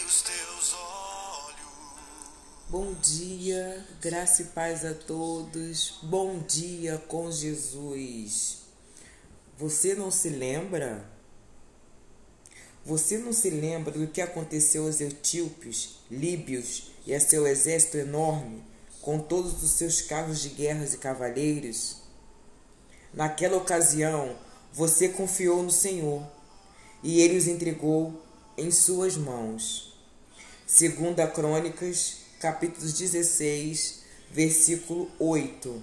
os teus olhos. Bom dia, graça e paz a todos. Bom dia com Jesus. Você não se lembra? Você não se lembra do que aconteceu aos etíopes, líbios e a seu exército enorme, com todos os seus carros de guerra e cavaleiros? Naquela ocasião, você confiou no Senhor, e Ele os entregou em suas mãos. 2 Crônicas, capítulo 16, versículo 8.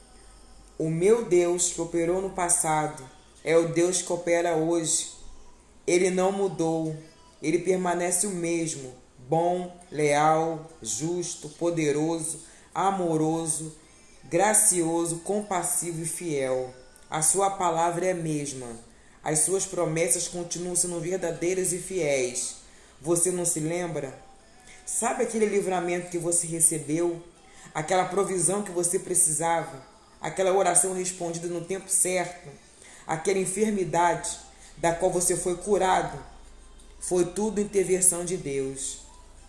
O meu Deus que operou no passado é o Deus que opera hoje. Ele não mudou, Ele permanece o mesmo, bom, leal, justo, poderoso, amoroso, gracioso, compassivo e fiel. A sua palavra é a mesma. As suas promessas continuam sendo verdadeiras e fiéis. Você não se lembra? Sabe aquele livramento que você recebeu? Aquela provisão que você precisava? Aquela oração respondida no tempo certo? Aquela enfermidade da qual você foi curado? Foi tudo intervenção de Deus.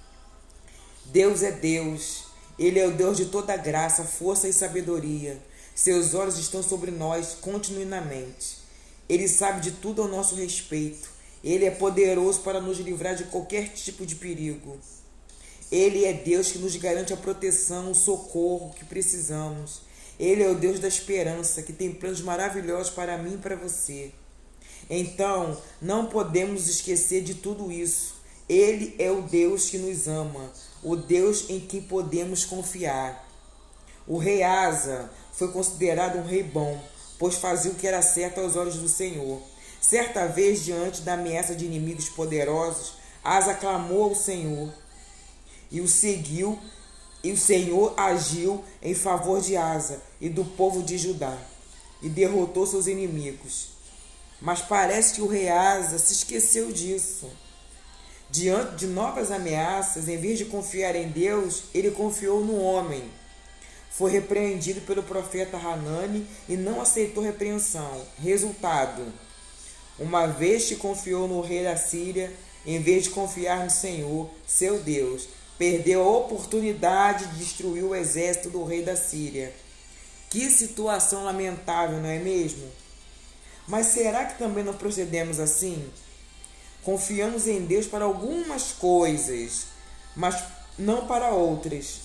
Deus é Deus. Ele é o Deus de toda graça, força e sabedoria. Seus olhos estão sobre nós continuamente. Ele sabe de tudo ao nosso respeito. Ele é poderoso para nos livrar de qualquer tipo de perigo. Ele é Deus que nos garante a proteção, o socorro que precisamos. Ele é o Deus da esperança, que tem planos maravilhosos para mim e para você. Então, não podemos esquecer de tudo isso. Ele é o Deus que nos ama, o Deus em quem podemos confiar. O rei Asa foi considerado um rei bom, pois fazia o que era certo aos olhos do Senhor. Certa vez, diante da ameaça de inimigos poderosos, Asa clamou ao Senhor e o seguiu, e o Senhor agiu em favor de Asa e do povo de Judá, e derrotou seus inimigos. Mas parece que o rei Asa se esqueceu disso. Diante de novas ameaças, em vez de confiar em Deus, ele confiou no homem. Foi repreendido pelo profeta Hanani e não aceitou repreensão. Resultado: uma vez que confiou no rei da Síria, em vez de confiar no Senhor, seu Deus, perdeu a oportunidade de destruir o exército do rei da Síria. Que situação lamentável, não é mesmo? Mas será que também não procedemos assim? Confiamos em Deus para algumas coisas, mas não para outras.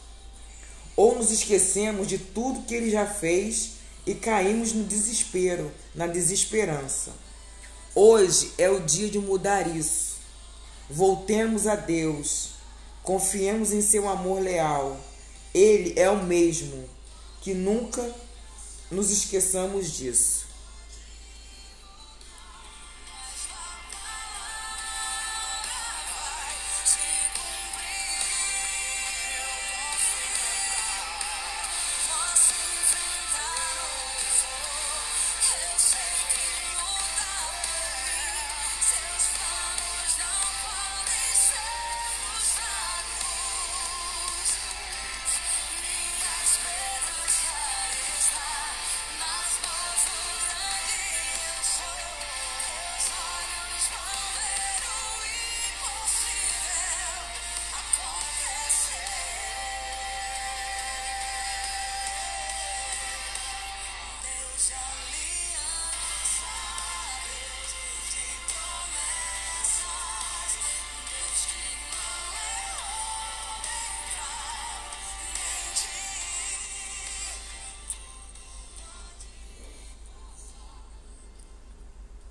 Ou nos esquecemos de tudo que Ele já fez e caímos no desespero, na desesperança. Hoje é o dia de mudar isso. Voltemos a Deus. Confiemos em seu amor leal. Ele é o mesmo. Que nunca nos esqueçamos disso.